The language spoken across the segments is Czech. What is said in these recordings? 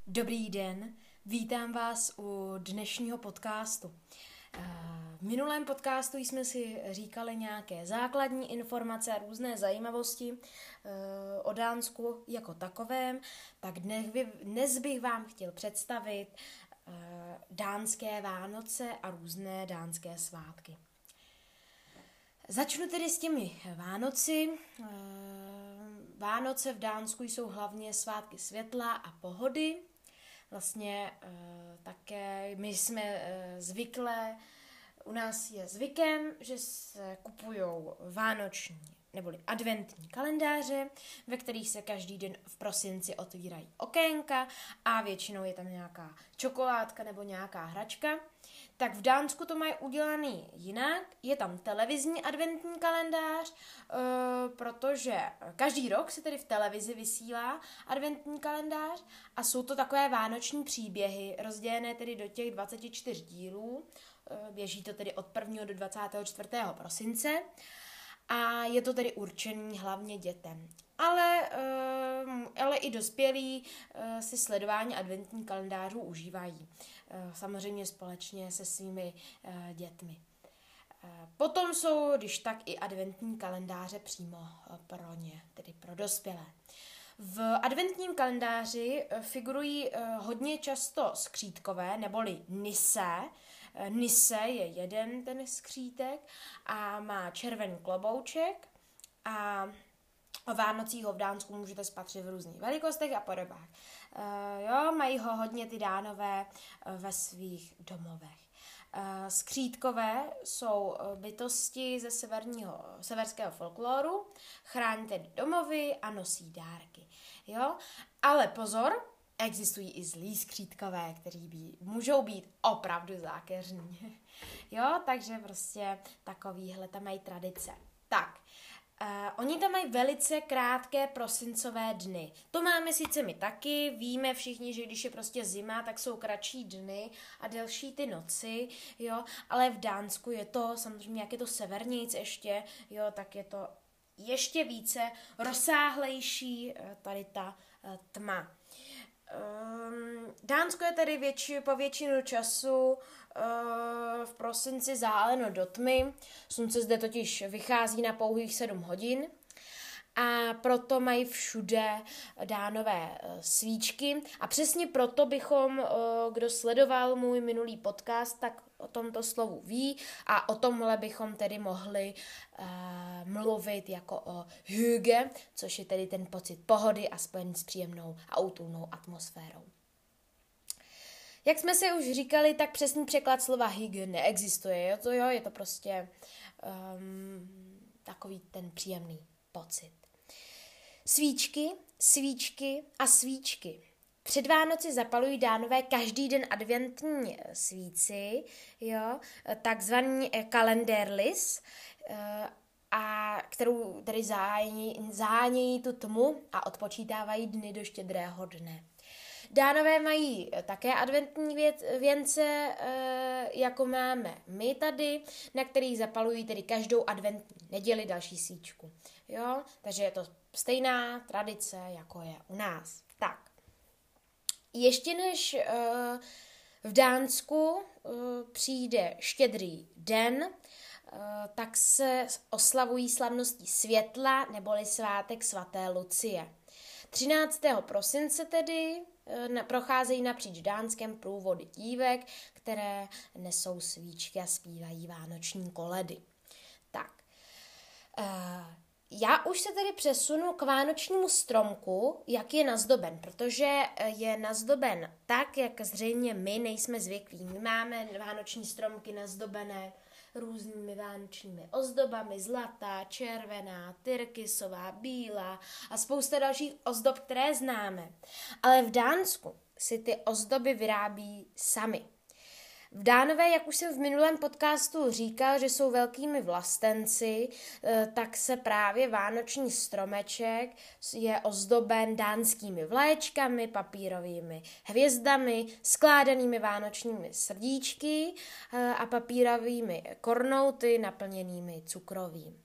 Dobrý den, vítám vás u dnešního podcastu. V minulém podcastu jsme si říkali nějaké základní informace a různé zajímavosti o Dánsku jako takovém, tak dnes bych vám chtěl představit dánské Vánoce a různé dánské svátky. Začnu tedy s těmi Vánoci. Vánoce v Dánsku jsou hlavně svátky světla a pohody. Vlastně také my jsme zvyklé, u nás je zvykem, že se kupujou vánoční neboli adventní kalendáře, ve kterých se každý den v prosinci otvírají okénka a většinou je tam nějaká čokoládka nebo nějaká hračka. Tak v Dánsku to mají udělaný jinak. Je tam televizní adventní kalendář, protože každý rok se tedy v televizi vysílá adventní kalendář a jsou to takové vánoční příběhy, rozdělené tedy do těch 24 dílů. Běží to tedy od 1. do 24. prosince a je to tedy určený hlavně dětem. Ale i dospělí si sledování adventních kalendářů užívají. Samozřejmě společně se svými dětmi. Potom jsou, když tak, i adventní kalendáře přímo pro ně, tedy pro dospělé. V adventním kalendáři figurují hodně často skřítkové, neboli nisse. Nisse je jeden ten skřítek a má červený klobouček a o Vánocích ho v Dánsku můžete spatřit v různých velikostech a podobách. Mají ho hodně ty Dánové ve svých domovech. Skřítkové jsou bytosti ze severského folkloru, chrání tedy domovy a nosí dárky. Ale pozor, existují i zlí skřítkové, kteří můžou být opravdu zákeřní. Takže prostě takovýhle tam mají tradice. Tak, oni tam mají velice krátké prosincové dny. To máme sice my taky, víme všichni, že když je prostě zima, tak jsou kratší dny a delší ty noci, ale v Dánsku je to, samozřejmě jak je to severnějc ještě, tak je to ještě více rozsáhlejší tady ta tma. Dánsko je tady po většinu času v prosinci záleno do tmy. Slunce zde totiž vychází na pouhých 7 hodin a proto mají všude Dánové svíčky a přesně proto bychom, kdo sledoval můj minulý podcast, tak o tomto slovu ví a o tomhle bychom tedy mohli mluvit jako o hygge, což je tedy ten pocit pohody a spojený s příjemnou a útulnou atmosférou. Jak jsme si už říkali, tak přesný překlad slova hygge neexistuje. Je to prostě takový ten příjemný pocit. Svíčky a svíčky. Před Vánoci zapalují Dánové každý den adventní svíci, takzvaný kalenderlis, a kterou tedy zahánějí tu tmu a odpočítávají dny do štědrého dne. Dánové mají také adventní věnce, jako máme my tady, na kterých zapalují tedy každou adventní neděli další svíčku. Takže je to stejná tradice, jako je u nás. Tak. Ještě než v Dánsku přijde štědrý den, tak se oslavují slavností světla neboli svátek svaté Lucie. 13. prosince tedy procházejí napříč Dánskem průvody dívek, které nesou svíčky a zpívají vánoční koledy. Tak. Já už se tedy přesunu k vánočnímu stromku, jak je nazdoben, protože je nazdoben tak, jak zřejmě my nejsme zvyklí. My máme vánoční stromky nazdobené různými vánočními ozdobami, zlatá, červená, tyrkysová, bílá a spousta dalších ozdob, které známe. Ale v Dánsku si ty ozdoby vyrábí sami. V Dánové, jak už jsem v minulém podcastu říkal, že jsou velkými vlastenci, tak se právě vánoční stromeček je ozdoben dánskými vlaječkami, papírovými hvězdami, skládanými vánočními srdíčky a papírovými kornouty naplněnými cukrovým.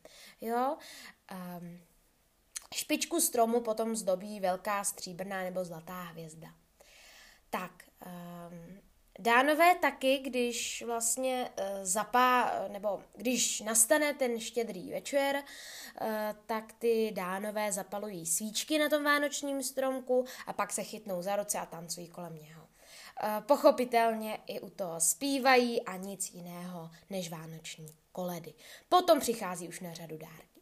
Špičku stromu potom zdobí velká stříbrná nebo zlatá hvězda. Tak, Dánové taky, když vlastně nebo když nastane ten štědrý večer, tak ty Dánové zapalují svíčky na tom vánočním stromku a pak se chytnou za ruce a tancují kolem něho. Pochopitelně i u toho zpívají a nic jiného než vánoční koledy. Potom přichází už na řadu dárky.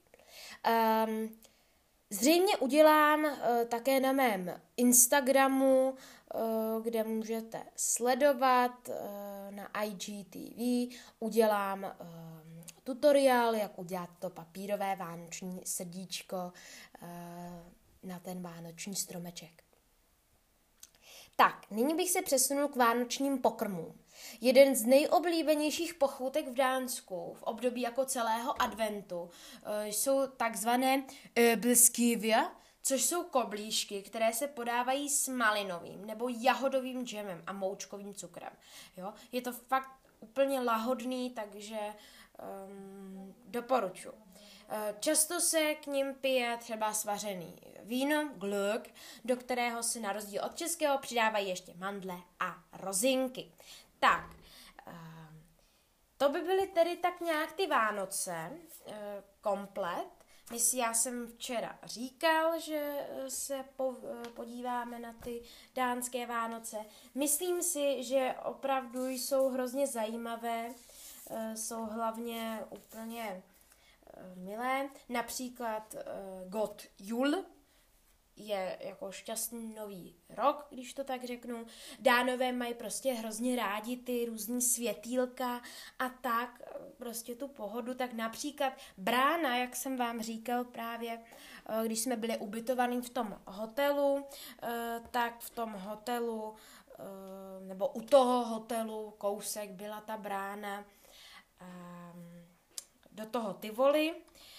Zřejmě udělám také na mém Instagramu, kde můžete sledovat na IGTV, udělám tutoriál, jak udělat to papírové vánoční srdíčko na ten vánoční stromeček. Tak, nyní bych se přesunul k vánočním pokrmům. Jeden z nejoblíbenějších pochůtek v Dánsku v období jako celého adventu jsou takzvané blskivia, což jsou koblížky, které se podávají s malinovým nebo jahodovým džemem a moučkovým cukrem. Jo? Je to fakt úplně lahodný, takže doporučuji. Často se k nim pije třeba svařený víno, glögg, do kterého se na rozdíl od českého přidávají ještě mandle a rozinky. Tak, to by byly tedy tak nějak ty Vánoce komplet. Já jsem včera říkal, že se podíváme na ty dánské Vánoce. Myslím si, že opravdu jsou hrozně zajímavé, jsou hlavně úplně milé. Například God Jul je jako šťastný nový rok, když to tak řeknu. Dánové mají prostě hrozně rádi ty různý světýlka a tak prostě tu pohodu. Tak například brána, jak jsem vám říkal právě, když jsme byli ubytovaní v tom hotelu, tak v tom hotelu nebo u toho hotelu kousek byla ta brána do toho Tivoli.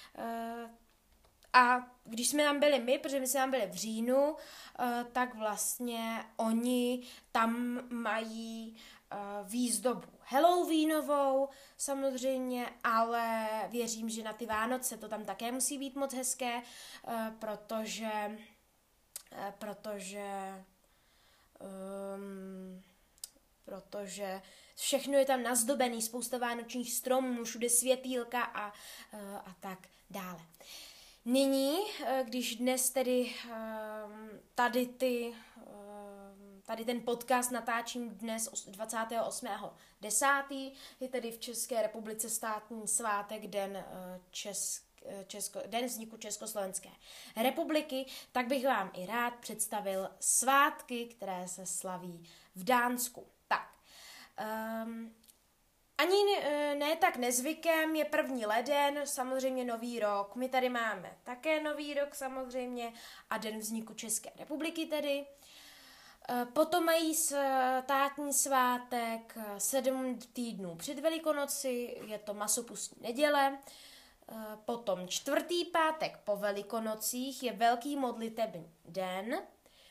A když jsme tam byli my, protože my jsme tam byli v říjnu, tak vlastně oni tam mají výzdobu Halloweenovou samozřejmě, ale věřím, že na ty Vánoce to tam také musí být moc hezké, protože všechno je tam nazdobený, spousta vánočních stromů, všude světýlka a tak dále. Nyní, když dnes tedy tady ten podcast natáčím dnes 28.10., je tedy v České republice státní svátek, den vzniku Československé republiky, tak bych vám i rád představil svátky, které se slaví v Dánsku. Tak, ani ne tak nezvykem je 1. leden, samozřejmě nový rok. My tady máme také nový rok samozřejmě a den vzniku České republiky tedy. Potom mají státní svátek 7 týdnů před Velikonoci, je to masopustní neděle. Potom 4. pátek po Velikonocích je velký modlitební den.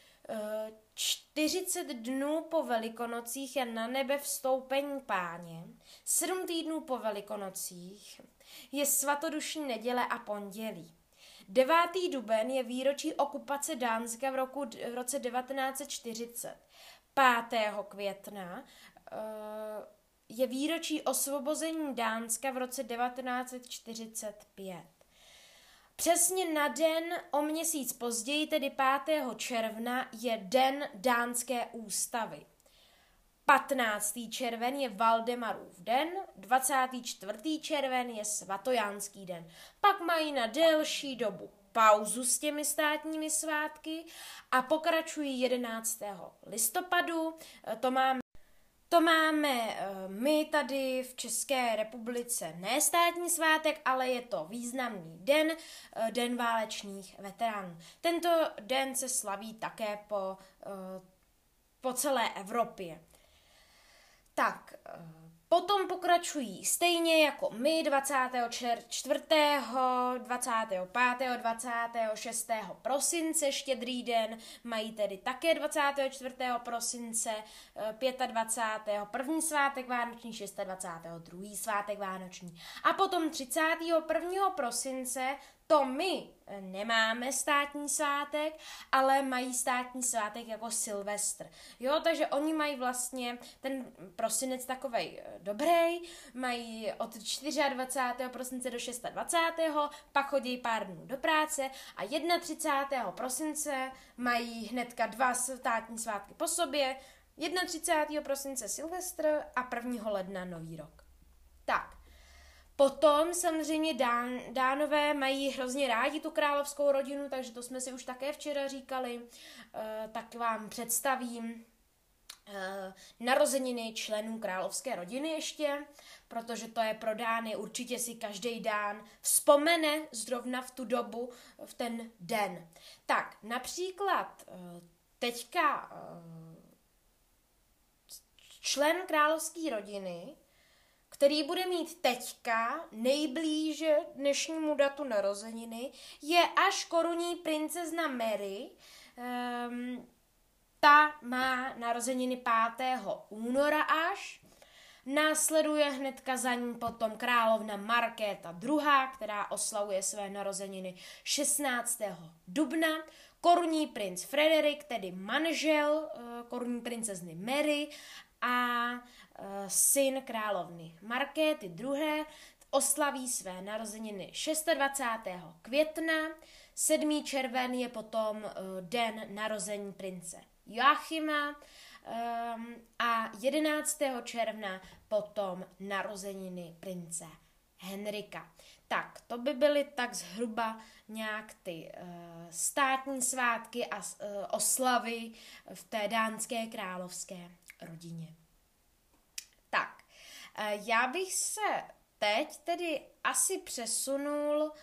40 dnů po Velikonocích je na nebe vstoupení Páně. 7 týdnů po Velikonocích je svatodušní neděle a pondělí. 9. duben je výročí okupace Dánska v roce 1940. 5. května je výročí osvobození Dánska v roce 1945. Přesně na den o měsíc později, tedy 5. června, je den Dánské ústavy. 15. červen je Valdemarův den, 24. červen je Svatojánský den. Pak mají na delší dobu pauzu s těmi státními svátky a pokračují 11. listopadu. To máme my tady v České republice ne státní svátek, ale je to významný den, den válečných veteránů. Tento den se slaví také po celé Evropě. Tak, potom pokračují stejně jako my 24., 25., 26. prosince, štědrý den, mají tedy také 24. prosince, 25. první svátek vánoční, 26. druhý svátek vánoční. A potom 31. prosince to my nemáme státní svátek, ale mají státní svátek jako Silvestr. Jo, takže oni mají vlastně ten prosinec takovej dobrý, mají od 24. prosince do 26. pak chodí pár dnů do práce a 31. prosince mají hnedka 2 státní svátky po sobě, 31. prosince Silvestr a 1. ledna Nový rok. Tak. Potom samozřejmě Dánové mají hrozně rádi tu královskou rodinu, takže to jsme si už také včera říkali, tak vám představím narozeniny členů královské rodiny ještě, protože to je pro Dány, určitě si každý Dán vzpomene zrovna v tu dobu, v ten den. Tak, například teďka člen královské rodiny, který bude mít teďka nejblíže dnešnímu datu narozeniny, je až korunní princezna Mary. Ta má narozeniny 5. února až. Následuje hnedka za ní potom královna Markéta II., která oslavuje své narozeniny 16. dubna. Korunní princ Frederik, tedy manžel korunní princezny Mary, a syn královny Markéty II. Oslaví své narozeniny 26. května, 7. červen je potom den narození prince Joachima a 11. června potom narozeniny prince Henrika. Tak, to by byly tak zhruba nějak ty státní svátky a oslavy v té dánské královské rodině. Tak, já bych se teď tedy asi přesunul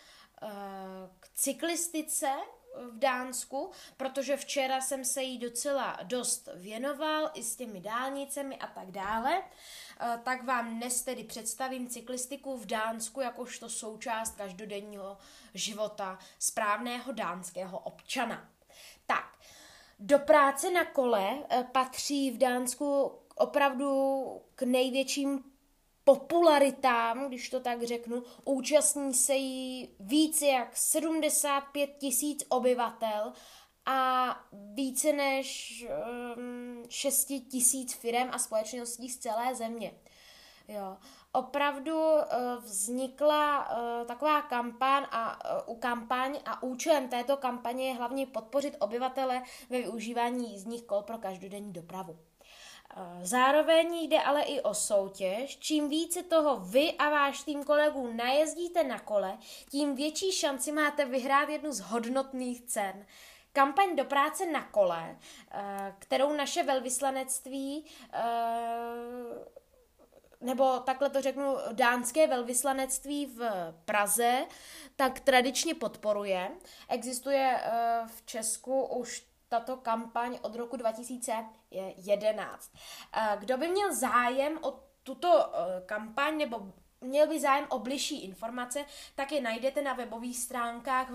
k cyklistice v Dánsku, protože včera jsem se jí docela dost věnoval i s těmi dálnicemi a tak dále, tak vám dnes tedy představím cyklistiku v Dánsku jakožto součást každodenního života správného dánského občana. Tak, do práce na kole patří v Dánsku opravdu k největším popularitám, když to tak řeknu. Účastní se jí více jak 75 000 obyvatel a více než 6 000 firem a společností z celé země. Jo. Opravdu vznikla taková kampaň a účelem této kampaně je hlavně podpořit obyvatele ve využívání jízdních kol pro každodenní dopravu. Zároveň jde ale i o soutěž. Čím více toho vy a váš tým kolegů najezdíte na kole, tím větší šanci máte vyhrát jednu z hodnotných cen. Kampaň do práce na kole, kterou naše velvyslanectví, nebo takhle to řeknu, dánské velvyslanectví v Praze, tak tradičně podporuje. Existuje v Česku už tato kampaň od roku 2011. Kdo by měl zájem o tuto kampaň nebo měl by zájem o bližší informace, tak je najdete na webových stránkách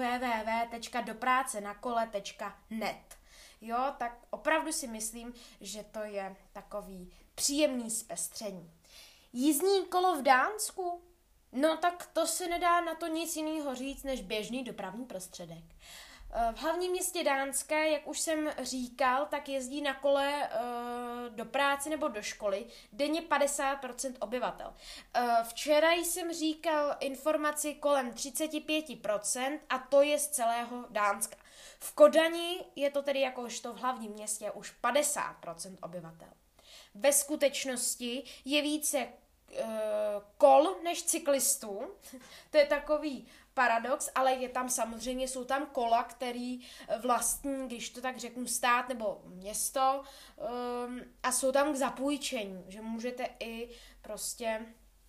www.dopracenakole.net. Jo, tak opravdu si myslím, že to je takový příjemný zpestření. Jízdní kolo v Dánsku? No tak to se nedá na to nic jiného říct, než běžný dopravní prostředek. V hlavním městě Dánska, jak už jsem říkal, tak jezdí na kole do práce nebo do školy denně 50% obyvatel. Včera jsem říkal informaci kolem 35% a to je z celého Dánska. V Kodani je to tedy jakožto v hlavním městě už 50% obyvatel. Ve skutečnosti je více kol než cyklistů. To je takový paradox, ale je tam samozřejmě, jsou tam kola, který vlastní, když to tak řeknu, stát nebo město a jsou tam k zapůjčení, že můžete i prostě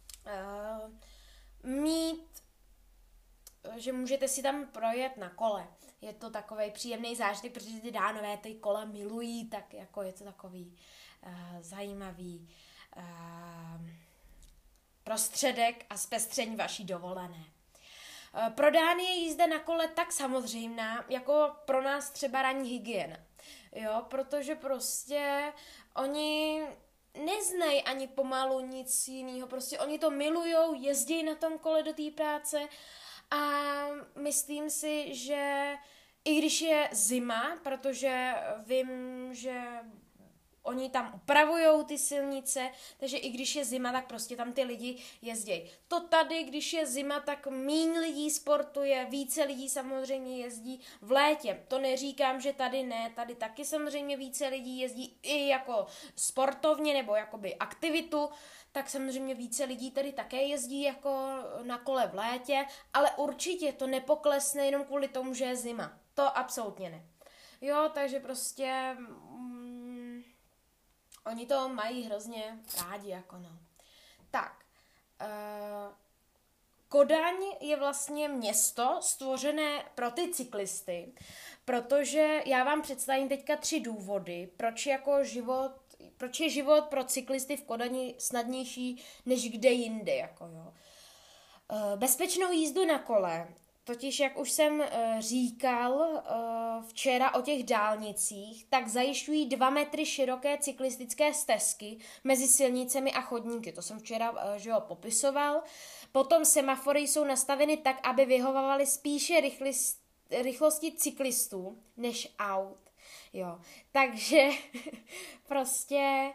mít, že můžete si tam projet na kole. Je to takovej příjemný zážitek, protože ty Dánové ty kola milují, tak jako je to takový zajímavý prostředek a zpestření vaší dovolené. Pro Dány je jízda na kole tak samozřejmá, jako pro nás třeba ranní hygiena. Jo, protože prostě oni neznají ani pomalu nic jiného, prostě oni to milujou, jezdí na tom kole do té práce A myslím si, že i když je zima, protože vím, že oni tam upravujou ty silnice, takže i když je zima, tak prostě tam ty lidi jezdí. To tady, když je zima, tak míň lidí sportuje, více lidí samozřejmě jezdí v létě. To neříkám, že tady ne, tady taky samozřejmě více lidí jezdí i jako sportovně nebo jakoby aktivitu, tak samozřejmě více lidí tady také jezdí jako na kole v létě, ale určitě to nepoklesne jenom kvůli tomu, že je zima. To absolutně ne. Jo, takže prostě oni to mají hrozně rádi, jako no. Tak, Kodaň je vlastně město stvořené pro ty cyklisty, protože já vám představím teďka 3 důvody, proč je život pro cyklisty v Kodani snadnější než kde jinde, jako jo. Bezpečnou jízdu na kole, totiž jak už jsem říkal včera o těch dálnicích, tak zajišťují 2 metry široké cyklistické stezky mezi silnicemi a chodníky. To jsem včera popisoval. Potom semafory jsou nastaveny tak, aby vyhovovaly spíše rychlosti cyklistů než aut. Jo. Takže prostě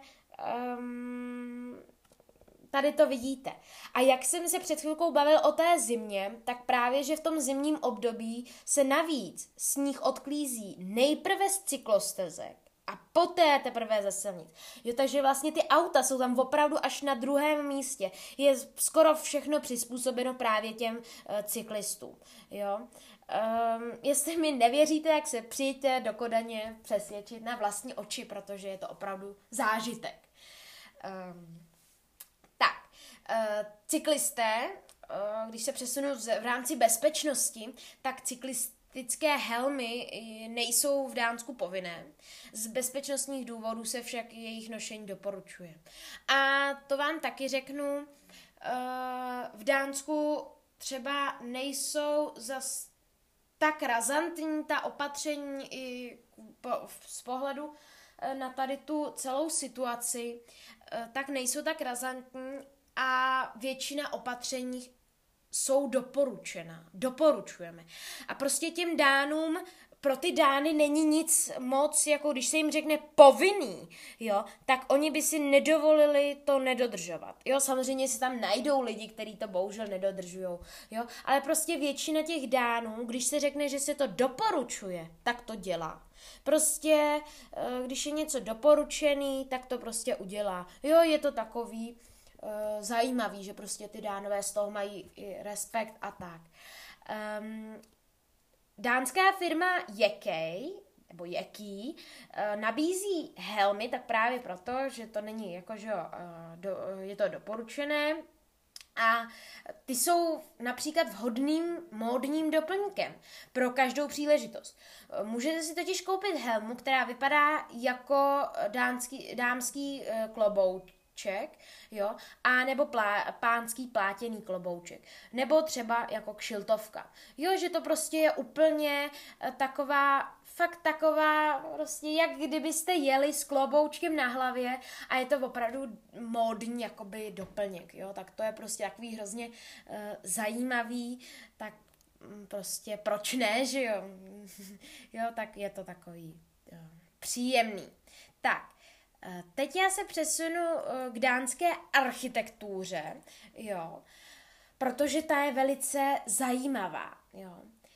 tady to vidíte. A jak jsem se před chvilkou bavil o té zimě, tak právě, že v tom zimním období se navíc sníh odklízí nejprve z cyklostezek a poté teprve ze silnic. Jo, takže vlastně ty auta jsou tam opravdu až na druhém místě. Je skoro všechno přizpůsobeno právě těm cyklistům. Jo. Jestli mi nevěříte, jak se přijďte do Kodaně přesvědčit na vlastní oči, protože je to opravdu zážitek. Cyklisté, když se přesunu v rámci bezpečnosti, tak cyklistické helmy nejsou v Dánsku povinné. Z bezpečnostních důvodů se však jejich nošení doporučuje. A to vám taky řeknu, v Dánsku třeba nejsou zas tak razantní ta opatření i z pohledu na tady tu celou situaci, tak nejsou tak razantní a většina opatření jsou doporučujeme. A prostě těm Dánům, pro ty Dány není nic moc, jako když se jim řekne povinný, jo, tak oni by si nedovolili to nedodržovat. Jo, samozřejmě si tam najdou lidi, kteří to bohužel nedodržujou, jo, ale prostě většina těch Dánů, když se řekne, že se to doporučuje, tak to dělá. Prostě, když je něco doporučený, tak to prostě udělá. Jo, je to takový zajímavý, že prostě ty Dánové z toho mají i respekt a tak. Dánská firma Jeký nabízí helmy, tak právě proto, že to není jako, že je to doporučené a ty jsou například vhodným módním doplňkem pro každou příležitost. Můžete si totiž koupit helmu, která vypadá jako dámský klobouček, jo, a nebo pánský plátěný klobouček, nebo třeba jako kšiltovka. Jo, že to prostě je úplně fakt taková, prostě jak kdybyste jeli s kloboučkem na hlavě a je to opravdu módní jakoby doplněk, jo, tak to je prostě takový hrozně zajímavý, tak prostě proč ne, že jo, jo, tak je to takový příjemný. Tak, teď já se přesunu k dánské architektuře, jo, protože ta je velice zajímavá, jo.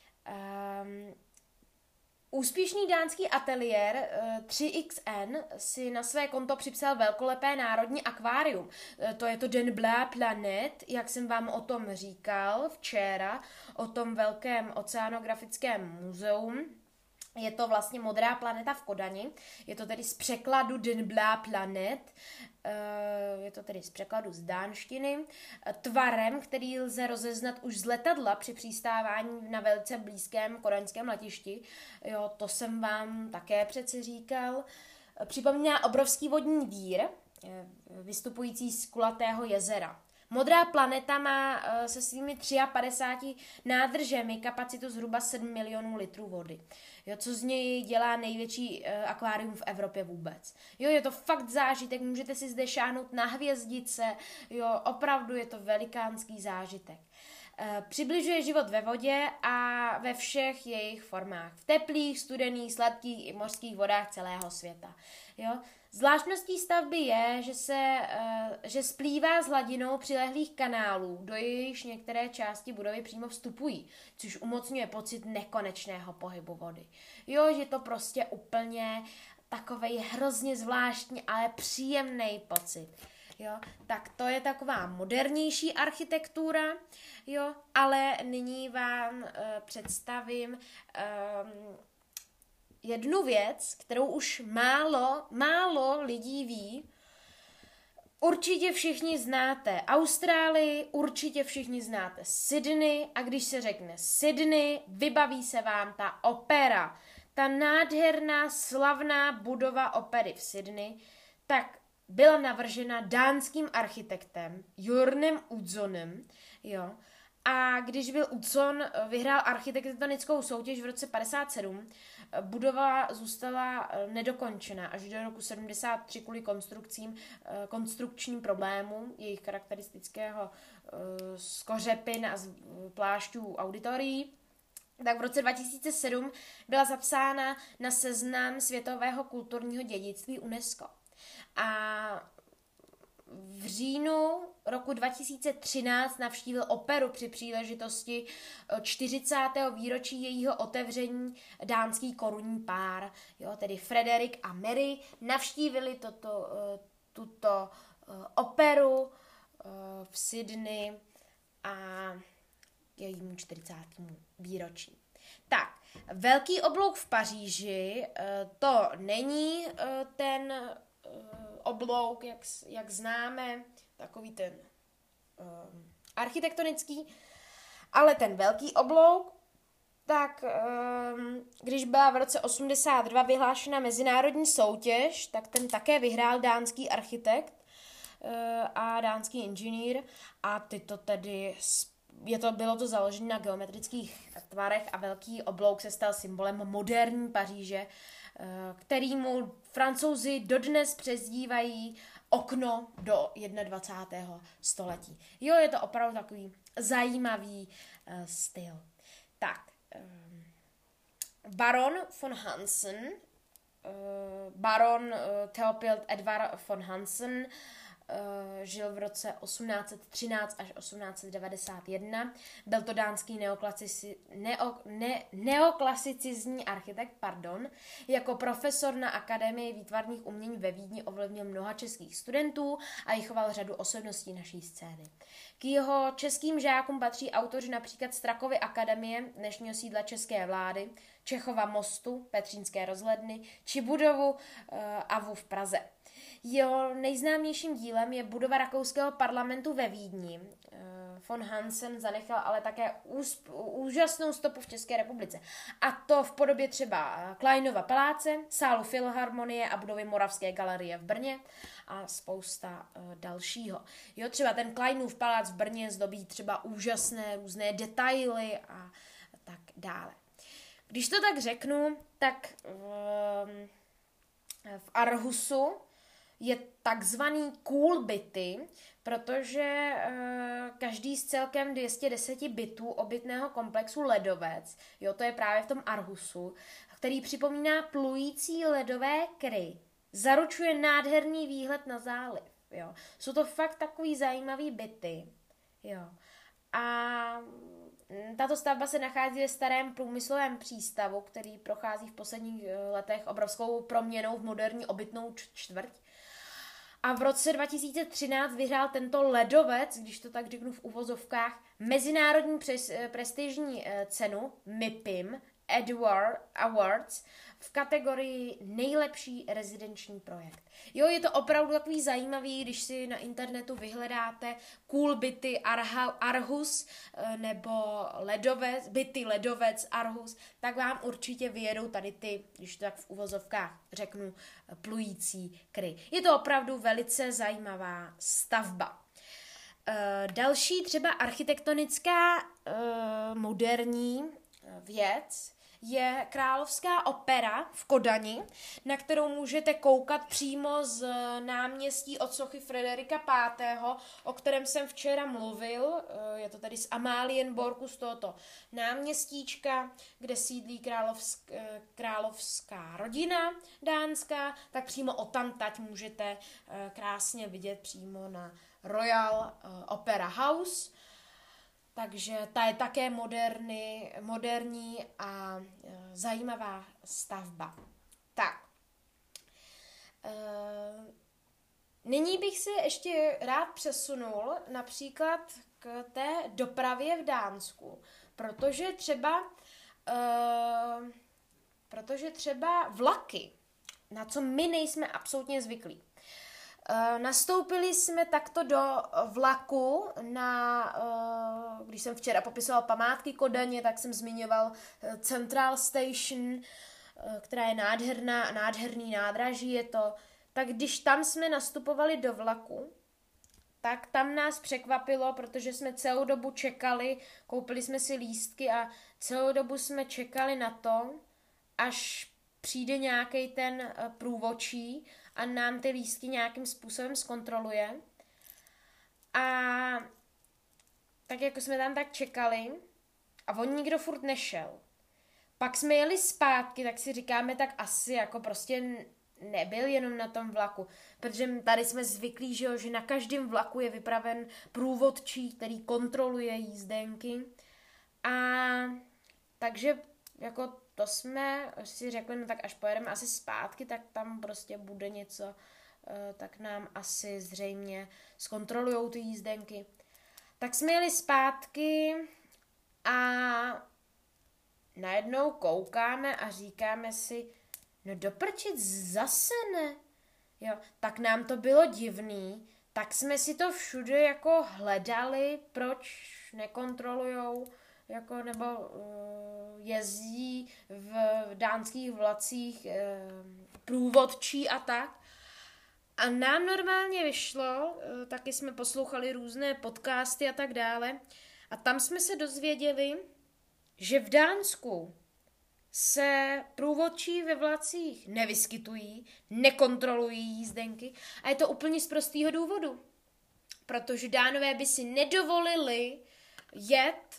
Úspěšný dánský ateliér 3XN si na své konto připsal velkolepé národní akvárium. To je to Den Blå Planet, jak jsem vám o tom říkal včera, o tom velkém oceanografickém muzeum. Je to vlastně Modrá planeta v Kodani, je to tedy z překladu Den Blå Planet, je to tedy z překladu z dánštiny, tvarem, který lze rozeznat už z letadla při přistávání na velice blízkém kodaňském letišti. Jo, to jsem vám také přece říkal. Připomíná obrovský vodní vír, vystupující z kulatého jezera. Modrá planeta má se svými 53 nádržemi kapacitu zhruba 7 milionů litrů vody. Jo, co z něj dělá největší akvárium v Evropě vůbec. Jo, je to fakt zážitek, můžete si zde šáhnout na hvězdice, jo, opravdu je to velikánský zážitek. Přibližuje život ve vodě a ve všech jejich formách. V teplých, studených, sladkých i mořských vodách celého světa. Jo? Zvláštností stavby je, že splývá s hladinou přilehlých kanálů, do jejichž některé části budovy přímo vstupují, což umocňuje pocit nekonečného pohybu vody. Jo, že to prostě úplně takovej hrozně zvláštní, ale příjemný pocit. Jo, tak to je taková modernější architektura, jo, ale nyní vám představím jednu věc, kterou už málo lidí ví. Určitě všichni znáte Austrálii, určitě všichni znáte Sydney a když se řekne Sydney, vybaví se vám ta opera. Ta nádherná, slavná budova opery v Sydney, tak byla navržena dánským architektem Jornem Utzzonem, jo. A když byl Utzon vyhrál architektonickou soutěž v roce 57, budova zůstala nedokončena až do roku 73 kvůli konstrukčním problémům jejich charakteristického skořepin a plášťů auditorií. Tak v roce 2007 byla zapsána na seznam světového kulturního dědictví UNESCO. A v říjnu roku 2013 navštívil operu při příležitosti 40. výročí jejího otevření dánský korunní pár, jo, tedy Frederik a Mary, navštívili tuto operu v Sydney a jejímu 40. výročí. Tak, Velký oblouk v Paříži, to není ten oblouk, jak známe, takový ten architektonický, ale ten Velký oblouk, tak když byla v roce 82 vyhlášena mezinárodní soutěž, tak ten také vyhrál dánský architekt a dánský inženýr a tyto tedy bylo to založené na geometrických tvarech a Velký oblouk se stal symbolem moderní Paříže, kterýmu Francouzi dodnes přezdívají okno do 21. století. Jo, je to opravdu takový zajímavý styl. Tak, Baron von Hansen, Baron Theophil Edvard von Hansen, žil v roce 1813 až 1891. Byl to dánský neoklasicizní architekt, jako profesor na Akademii výtvarných umění ve Vídni ovlivnil mnoha českých studentů a vychoval řadu osobností naší scény. K jeho českým žákům patří autoři například Strakovy akademie, dnešního sídla české vlády, Čechova mostu, Petřínské rozhledny, či budovu AVU v Praze. Jeho nejznámějším dílem je budova rakouského parlamentu ve Vídni. Von Hansen zanechal ale také úžasnou stopu v České republice. A to v podobě třeba Kleinova paláce, sálu Filharmonie a budovy Moravské galerie v Brně a spousta dalšího. Jo, třeba ten Kleinův palác v Brně zdobí třeba úžasné různé detaily a tak dále. Když to tak řeknu, tak v Aarhusu je takzvaný cool byty, protože každý z celkem 210 bytů obytného komplexu Ledovec, jo, to je právě v tom Aarhusu, který připomíná plující ledové kry, zaručuje nádherný výhled na záliv. Jo. Jsou to fakt takový zajímavý byty. Jo. A tato stavba se nachází ve starém průmyslovém přístavu, který prochází v posledních letech obrovskou proměnou v moderní obytnou čtvrť. A v roce 2013 vyhrál tento ledovec, když to tak řeknu v uvozovkách, mezinárodní prestižní cenu MIPIM Awards v kategorii nejlepší rezidenční projekt. Jo, je to opravdu takový zajímavý, když si na internetu vyhledáte cool byty Aarhus nebo byty Ledovec Aarhus, tak vám určitě vyjedou tady ty, když to tak v uvozovkách řeknu, plující kry. Je to opravdu velice zajímavá stavba. Další třeba architektonická moderní věc je Královská opera v Kodani, na kterou můžete koukat přímo z náměstí od sochy Frederika V., o kterém jsem včera mluvil. Je to tady z Amalienborgu, z tohoto náměstíčka, kde sídlí královská rodina dánská, tak přímo odtamtať můžete krásně vidět přímo na Royal Opera House. Takže ta je také moderní a zajímavá stavba. Tak. Nyní bych se ještě rád přesunul například k té dopravě v Dánsku, protože třeba vlaky, na co my nejsme absolutně zvyklí. Nastoupili jsme takto do vlaku, když jsem včera popisoval památky Kodaně, tak jsem zmiňoval Central Station, která je nádherný nádraží je to. Tak když tam jsme nastupovali do vlaku, tak tam nás překvapilo, protože jsme celou dobu čekali, koupili jsme si lístky a celou dobu jsme čekali na to, až přijde nějaký ten průvodčí a nám ty lístky nějakým způsobem zkontroluje. A tak jako jsme tam tak čekali a on nikdo furt nešel. Pak jsme jeli zpátky, tak si říkáme, tak asi jako prostě nebyl jenom na tom vlaku, protože tady jsme zvyklí, že na každém vlaku je vypraven průvodčí, který kontroluje jízdenky. A takže jako to jsme si řekli, no tak až pojedeme asi zpátky, tak tam prostě bude něco, tak nám asi zřejmě zkontrolujou ty jízdenky. Tak jsme jeli zpátky a najednou koukáme a říkáme si, no doprčit zase ne. Jo, tak nám to bylo divný, tak jsme si to všude jako hledali, proč nekontrolujou, jako nebo jezdí v dánských vlacích průvodčí a tak. A nám normálně vyšlo, taky jsme poslouchali různé podcasty a tak dále, a tam jsme se dozvěděli, že v Dánsku se průvodčí ve vlacích nevyskytují, nekontrolují jízdenky a je to úplně z prostého důvodu. Protože Dánové by si nedovolili jet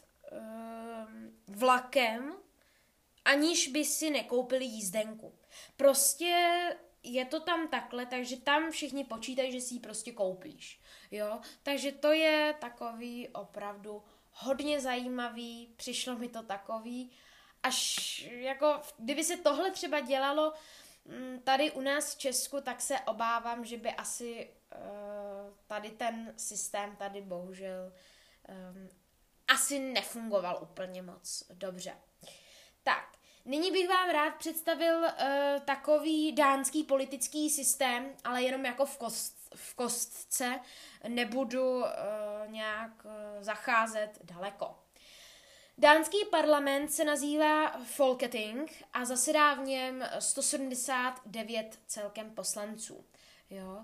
vlakem, aniž by si nekoupili jízdenku. Prostě je to tam takhle, takže tam všichni počítají, že si ji prostě koupíš. Jo? Takže to je takový opravdu hodně zajímavý, přišlo mi to takový, až jako, kdyby se tohle třeba dělalo tady u nás v Česku, tak se obávám, že by asi tady ten systém tady bohužel asi nefungoval úplně moc dobře. Tak, nyní bych vám rád představil takový dánský politický systém, ale jenom jako v kostce, nebudu nějak zacházet daleko. Dánský parlament se nazývá Folketing a zasedá v něm 179 celkem poslanců. Jo.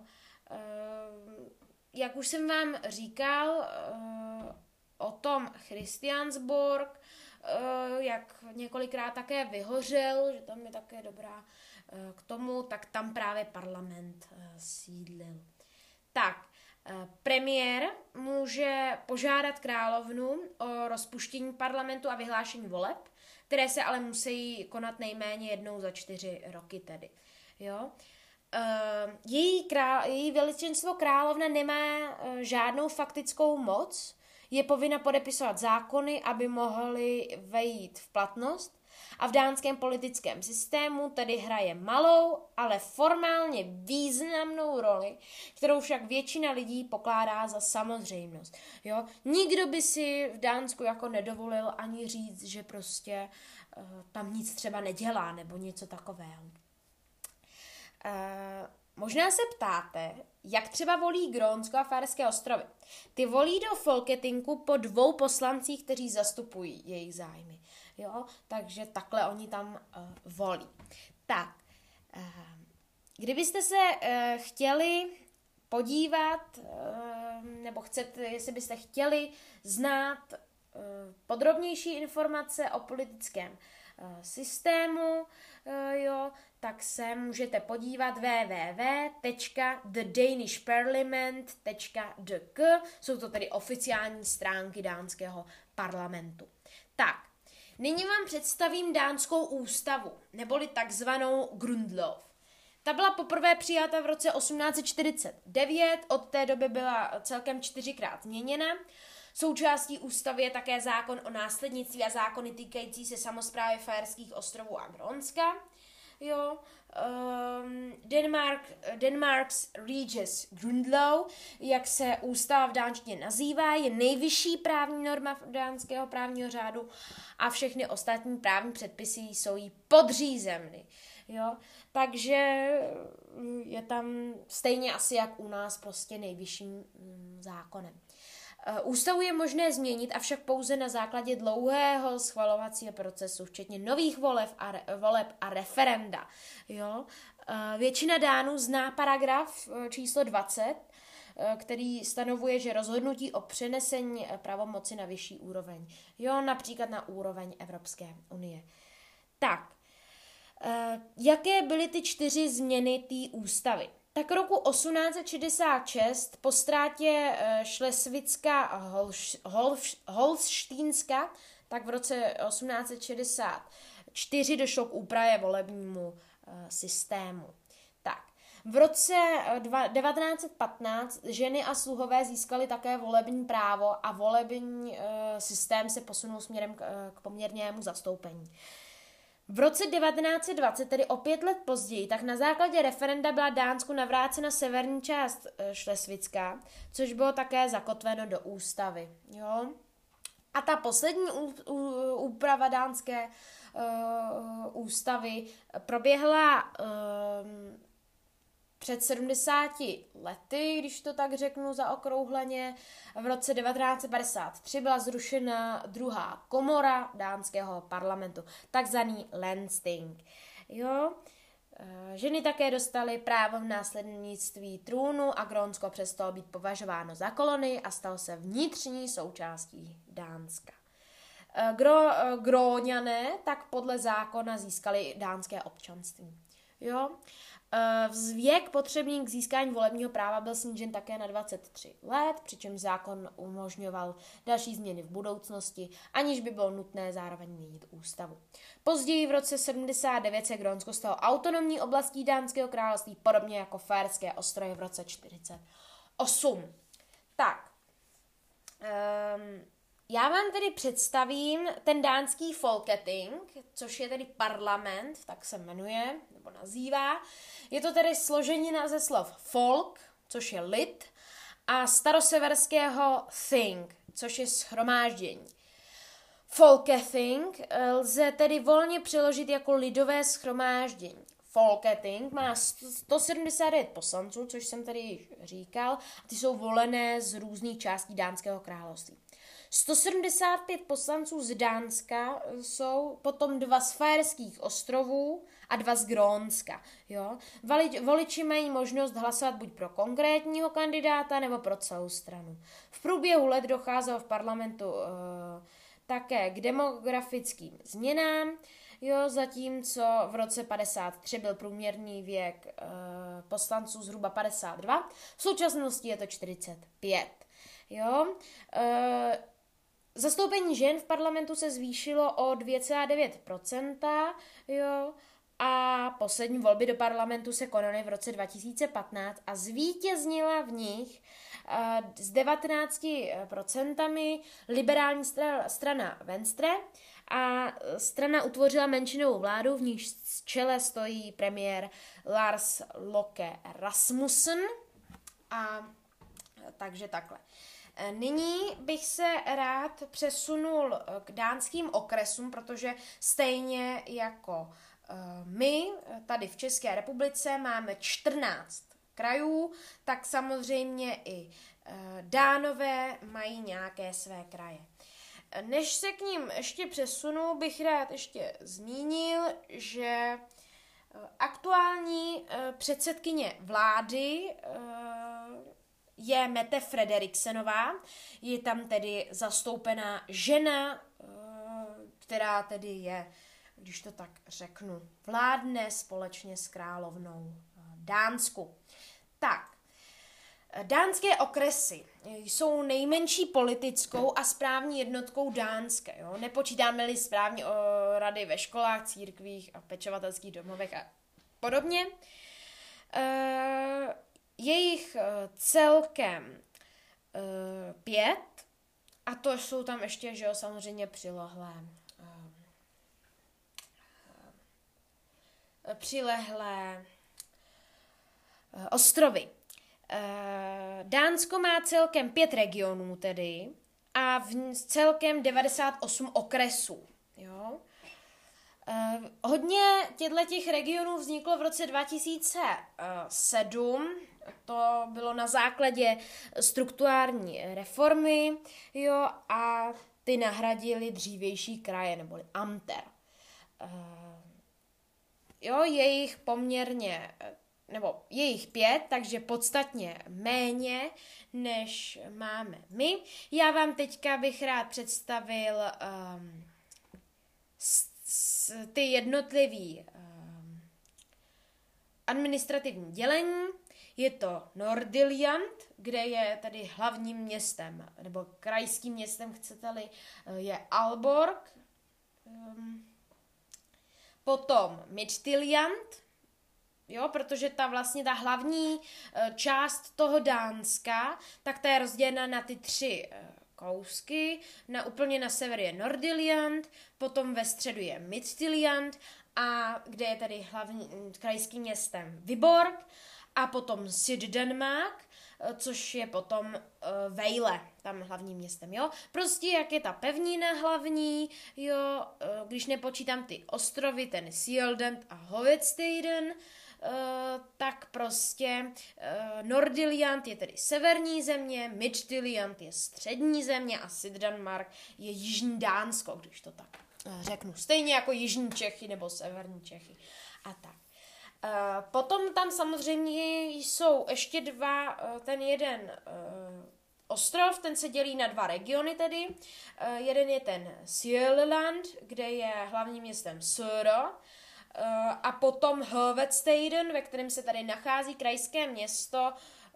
Jak už jsem vám říkal o tom Christiansborg, jak několikrát také vyhořel, že tam je také dobrá k tomu, tak tam právě parlament sídlil. Tak, premiér může požádat královnu o rozpuštění parlamentu a vyhlášení voleb, které se ale musí konat nejméně jednou za 4 roky tedy. Jo? Její veličenstvo královna nemá žádnou faktickou moc, je povinna podepisovat zákony, aby mohly vejít v platnost a v dánském politickém systému tedy hraje malou, ale formálně významnou roli, kterou však většina lidí pokládá za samozřejmost. Jo? Nikdo by si v Dánsku jako nedovolil ani říct, že prostě tam nic třeba nedělá nebo něco takového. Možná se ptáte, jak třeba volí Grónsko a Faerské ostrovy. Ty volí do Folketingu po 2 poslancích, kteří zastupují jejich zájmy. Jo? Takže takhle oni tam volí. Tak, kdybyste se chtěli podívat, nebo jestli byste chtěli znát podrobnější informace o politickém systému, jo, tak se můžete podívat www.thedanishparliament.dk, jsou to tedy oficiální stránky dánského parlamentu. Tak, nyní vám představím dánskou ústavu, neboli takzvanou Grundlov. Ta byla poprvé přijata v roce 1849, od té doby byla celkem 4krát změněna. Součástí ústavy je také zákon o následnictví a zákony týkající se samosprávy Faerských ostrovů a Grónska. Jo, Denmark's Regis Grundlov, jak se ústava v dánštině nazývá, je nejvyšší právní norma dánského právního řádu a všechny ostatní právní předpisy jsou jí podřízeny. Jo, takže je tam stejně asi jak u nás prostě nejvyšším zákonem. Ústavu je možné změnit, avšak pouze na základě dlouhého schvalovacího procesu, včetně nových voleb a referenda. Jo? Většina Dánů zná paragraf číslo 20, který stanovuje, že rozhodnutí o přenesení pravomoci na vyšší úroveň. Jo, například na úroveň Evropské unie. Tak, jaké byly ty 4 změny té ústavy? Tak roku 1866 po ztrátě Šlesvicka a Holštínska, tak v roce 1864 došlo k úpravě volebnímu systému. Tak, v roce 1915 ženy a sluhové získali také volební právo a volební systém se posunul směrem k poměrnému zastoupení. V roce 1920, tedy o 5 let později, tak na základě referenda byla Dánsku navrácena severní část Šlesvicka, což bylo také zakotveno do ústavy. Jo? A ta poslední úprava dánské ústavy proběhla před 70 lety, když to tak řeknu zaokrouhleně. V roce 1953 byla zrušena druhá komora dánského parlamentu, takzvaný Landsting. Jo? Ženy také dostaly právo v následnictví trůnu a Grónsko přestalo být považováno za kolonii a stalo se vnitřní součástí Dánska. Gróňané tak podle zákona získali dánské občanství. Jo? Věk potřebný k získání volebního práva byl snížen také na 23 let, přičemž zákon umožňoval další změny v budoucnosti, aniž by bylo nutné zároveň měnit ústavu. Později v roce 79 se Grónsko stalo autonomní oblastí Dánského království, podobně jako Faerské ostrovy v roce 48. Tak, já vám tedy představím ten dánský Folketing, což je tedy parlament, tak se jmenuje, nebo nazývá. Je to tedy složenina ze slov folk, což je lid, a staroseverského thing, což je shromáždění. Folketing lze tedy volně přeložit jako lidové shromáždění. Folketing má 179 poslanců, což jsem tady již říkal, a ty jsou volené z různých částí Dánského království. 175 poslanců z Dánska jsou potom 2 z Faerských ostrovů a 2 z Grónska. Jo? Voliči mají možnost hlasovat buď pro konkrétního kandidáta nebo pro celou stranu. V průběhu let docházelo v parlamentu také k demografickým změnám, jo, zatímco v roce 53 byl průměrný věk poslanců zhruba 52, v současnosti je to 45. Jo? Zastoupení žen v parlamentu se zvýšilo o 2,9%, jo, a poslední volby do parlamentu se konaly v roce 2015 a zvítěznila v nich s 19% liberální strana Venstre a strana utvořila menšinovou vládu, v níž z čele stojí premiér Lars Løkke Rasmussen a takže takhle. Nyní bych se rád přesunul k dánským okresům, protože stejně jako my tady v České republice máme 14 krajů, tak samozřejmě i Dánové mají nějaké své kraje. Než se k ním ještě přesunu, bych rád ještě zmínil, že aktuální předsedkyně vlády je Mette Frederiksenová, je tam tedy zastoupená žena, která tedy je když to tak řeknu, vládne společně s královnou Dánsku. Tak, dánské okresy jsou nejmenší politickou a správní jednotkou Dánské. Jo? Nepočítáme-li správní rady ve školách, církvích a pečovatelských domovech a podobně. Je jich celkem 5 a to jsou tam ještě, že jo, samozřejmě přilehlé ostrovy. Dánsko má celkem 5 regionů tedy a celkem 98 okresů. Jo? Hodně těch regionů vzniklo v roce 2007, to bylo na základě strukturální reformy, jo, a ty nahradily dřívější kraje, neboli Amter. Jo, je jich poměrně, nebo je jich 5, takže podstatně méně, než máme my. Já vám teďka bych rád představil ty jednotlivý administrativní dělení. Je to Nordjylland, kde je tady hlavním městem, nebo krajským městem, chcete-li, je Aalborg. Potom Midtjylland, jo, protože ta hlavní část toho Dánska, tak ta je rozdělena na ty 3 kousky. Úplně na severu je Nordjylland, potom ve středu je Midtjylland, a kde je tady hlavní krajským městem Viborg, a potom Syddanmark, což je potom Vejle, tam hlavním městem, jo. Prostě jak je ta pevnina hlavní, jo, když nepočítám ty ostrovy, ten Sealand a Hovedsteden, tak prostě Nordjylland je tedy severní země, Midtjylland je střední země a Syddanmark je jižní Dánsko, když to tak řeknu. Stejně jako jižní Čechy nebo severní Čechy a tak. Potom tam samozřejmě jsou ještě 2, ten jeden ostrov, ten se dělí na 2 regiony tedy. Jeden je ten Sjöland, kde je hlavním městem Söra, a potom Hovedsteden, ve kterém se tady nachází krajské město,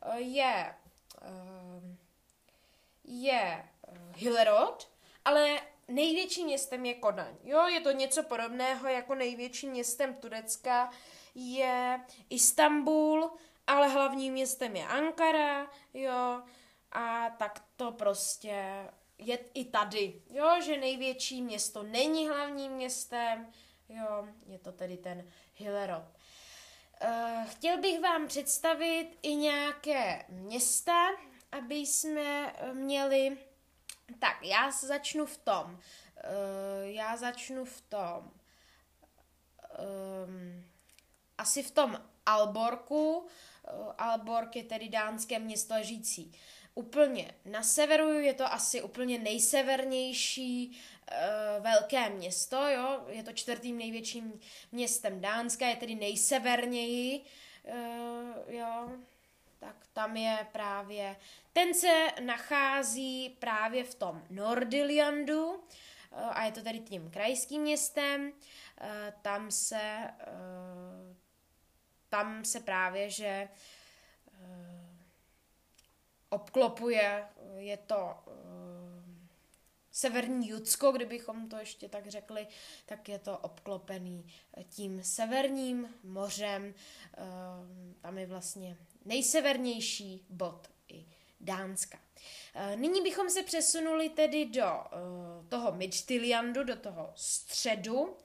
je Hillerød, ale největším městem je Kodaň. Jo, je to něco podobného jako největším městem Turecka je Istanbul, ale hlavním městem je Ankara, jo, a tak to prostě je i tady, jo, že největší město není hlavním městem, jo, je to tedy ten Hillerød. Chtěl bych vám představit i nějaké města, aby jsme měli. Tak, já začnu asi v tom Aalborgu. Aalborg je tedy dánské město ležící úplně na severu, je to asi úplně nejsevernější velké město, jo? Je to 4. největším městem Dánska, je tedy nejseverněji, jo? Tak tam je právě, ten se nachází právě v tom Nordjyllandu a je to tady tím krajským městem, tam se právě, že obklopuje, je to severní Judsko, kdybychom to ještě tak řekli, tak je to obklopený tím severním mořem, tam je vlastně nejsevernější bod i Dánska. Nyní bychom se přesunuli tedy do toho Midtjyllandu, do toho středu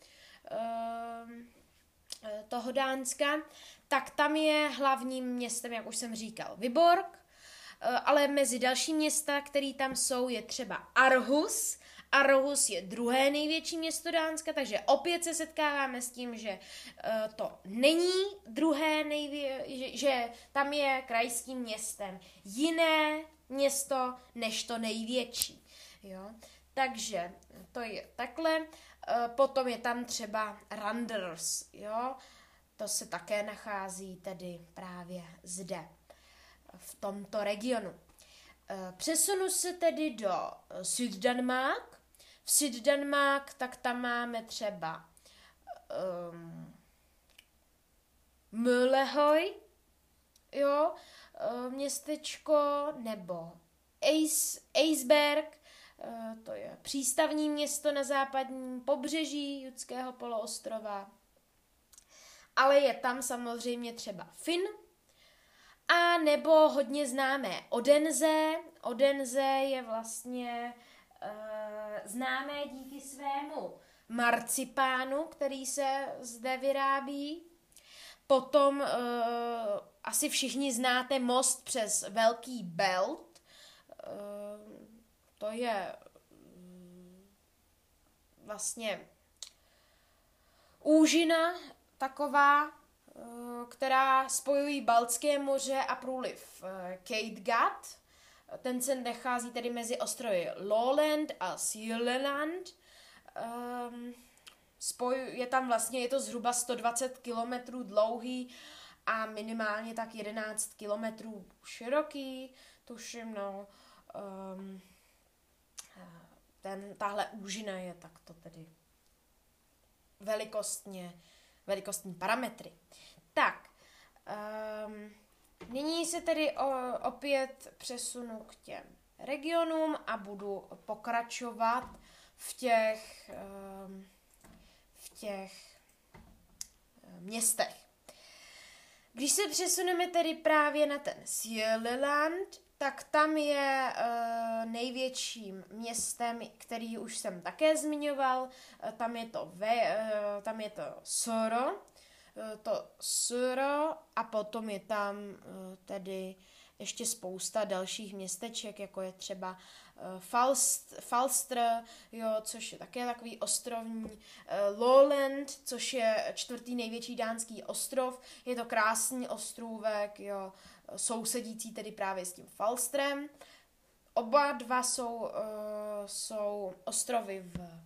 toho Dánska, tak tam je hlavním městem, jak už jsem říkal, Viborg, ale mezi další města, které tam jsou, je třeba Aarhus. Aarhus je 2. největší město Dánska, takže opět se setkáváme s tím, že to není 2. že tam je krajským městem jiné město než to největší. Jo? Takže to je takhle. Potom je tam třeba Randers, jo? To se také nachází tedy právě zde, v tomto regionu. Přesunu se tedy do Syddanmark. V Syddanmark, tak tam máme třeba Mölehoj, jo, městečko, nebo Eisberg, to je přístavní město na západním pobřeží Judského poloostrova. Ale je tam samozřejmě třeba Finn, a nebo hodně známé Odense. Odense je vlastně známé díky svému marcipánu, který se zde vyrábí. Potom asi všichni znáte most přes Velký Belt. To je vlastně úžina taková, která spojují Baltské moře a průliv Kattegat. Ten se nachází tedy mezi ostrovy Lolland a Sjöland. Je tam vlastně, je to zhruba 120 kilometrů dlouhý a minimálně tak 11 kilometrů široký, tuším, no. Tahle úžina je takto tedy velikostní parametry. Tak, nyní se tedy opět přesunu k těm regionům a budu pokračovat v těch městech. Když se přesuneme tedy právě na ten Sjöland, tak tam je největším městem, který už jsem také zmiňoval, tam je to Soro, a potom je tam tedy ještě spousta dalších městeček, jako je třeba Falster, jo, což je také takový ostrovní, Lolland, což je 4. největší dánský ostrov, je to krásný ostrůvek, jo, sousedící tedy právě s tím Falstrem. Oba dva jsou ostrovy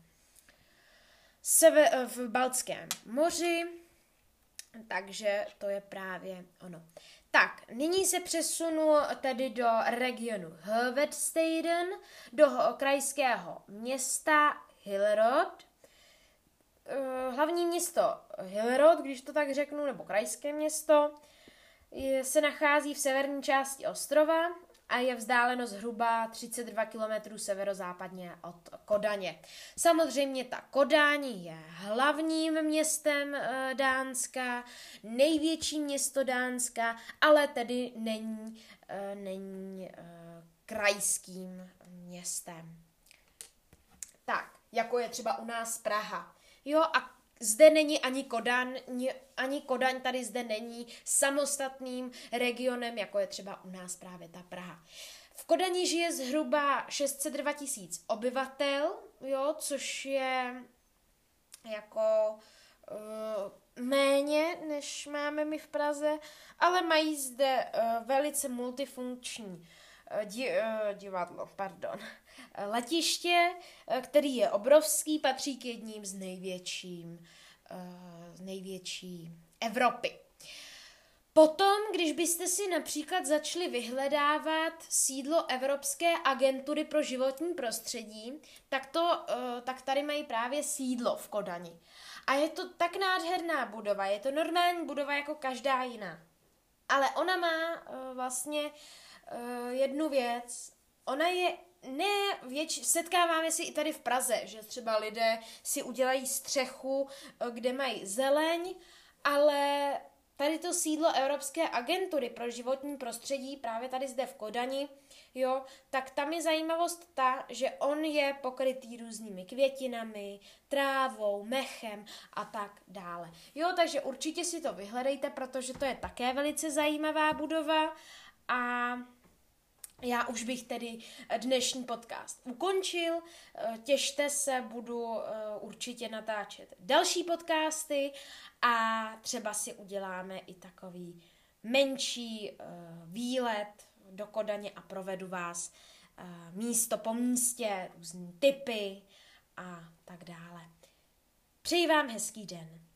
v Baltském moři, takže to je právě ono. Tak, nyní se přesunu tedy do regionu Hovedstaden, do krajského města Hillerød. Hlavní město Hillerød, když to tak řeknu, nebo krajské město, se nachází v severní části ostrova a je vzdáleno zhruba 32 km severozápadně od Kodaně. Samozřejmě ta Kodaň je hlavním městem Dánska, největší město Dánska, ale tedy není krajským městem. Tak, jako je třeba u nás Praha. Jo, a zde není ani Kodaň tady zde není samostatným regionem, jako je třeba u nás právě ta Praha. V Kodani žije zhruba 602 000 obyvatel, jo, což je jako méně, než máme my v Praze, ale mají zde velice multifunkční letiště, který je obrovský, patří k jedním z největší Evropy. Potom, když byste si například začali vyhledávat sídlo Evropské agentury pro životní prostředí, tak tady mají právě sídlo v Kodani. A je to tak nádherná budova, je to normální budova jako každá jiná. Ale ona má vlastně jednu věc. Ona je setkáváme si i tady v Praze, že třeba lidé si udělají střechu, kde mají zeleň, ale tady to sídlo Evropské agentury pro životní prostředí, právě tady zde v Kodani, jo, tak tam je zajímavost ta, že on je pokrytý různými květinami, trávou, mechem a tak dále. Jo, takže určitě si to vyhledejte, protože to je také velice zajímavá budova a já už bych tedy dnešní podcast ukončil. Těšte se, budu určitě natáčet další podcasty a třeba si uděláme i takový menší výlet do Kodaně a provedu vás místo po místě, různý tipy a tak dále. Přeji vám hezký den.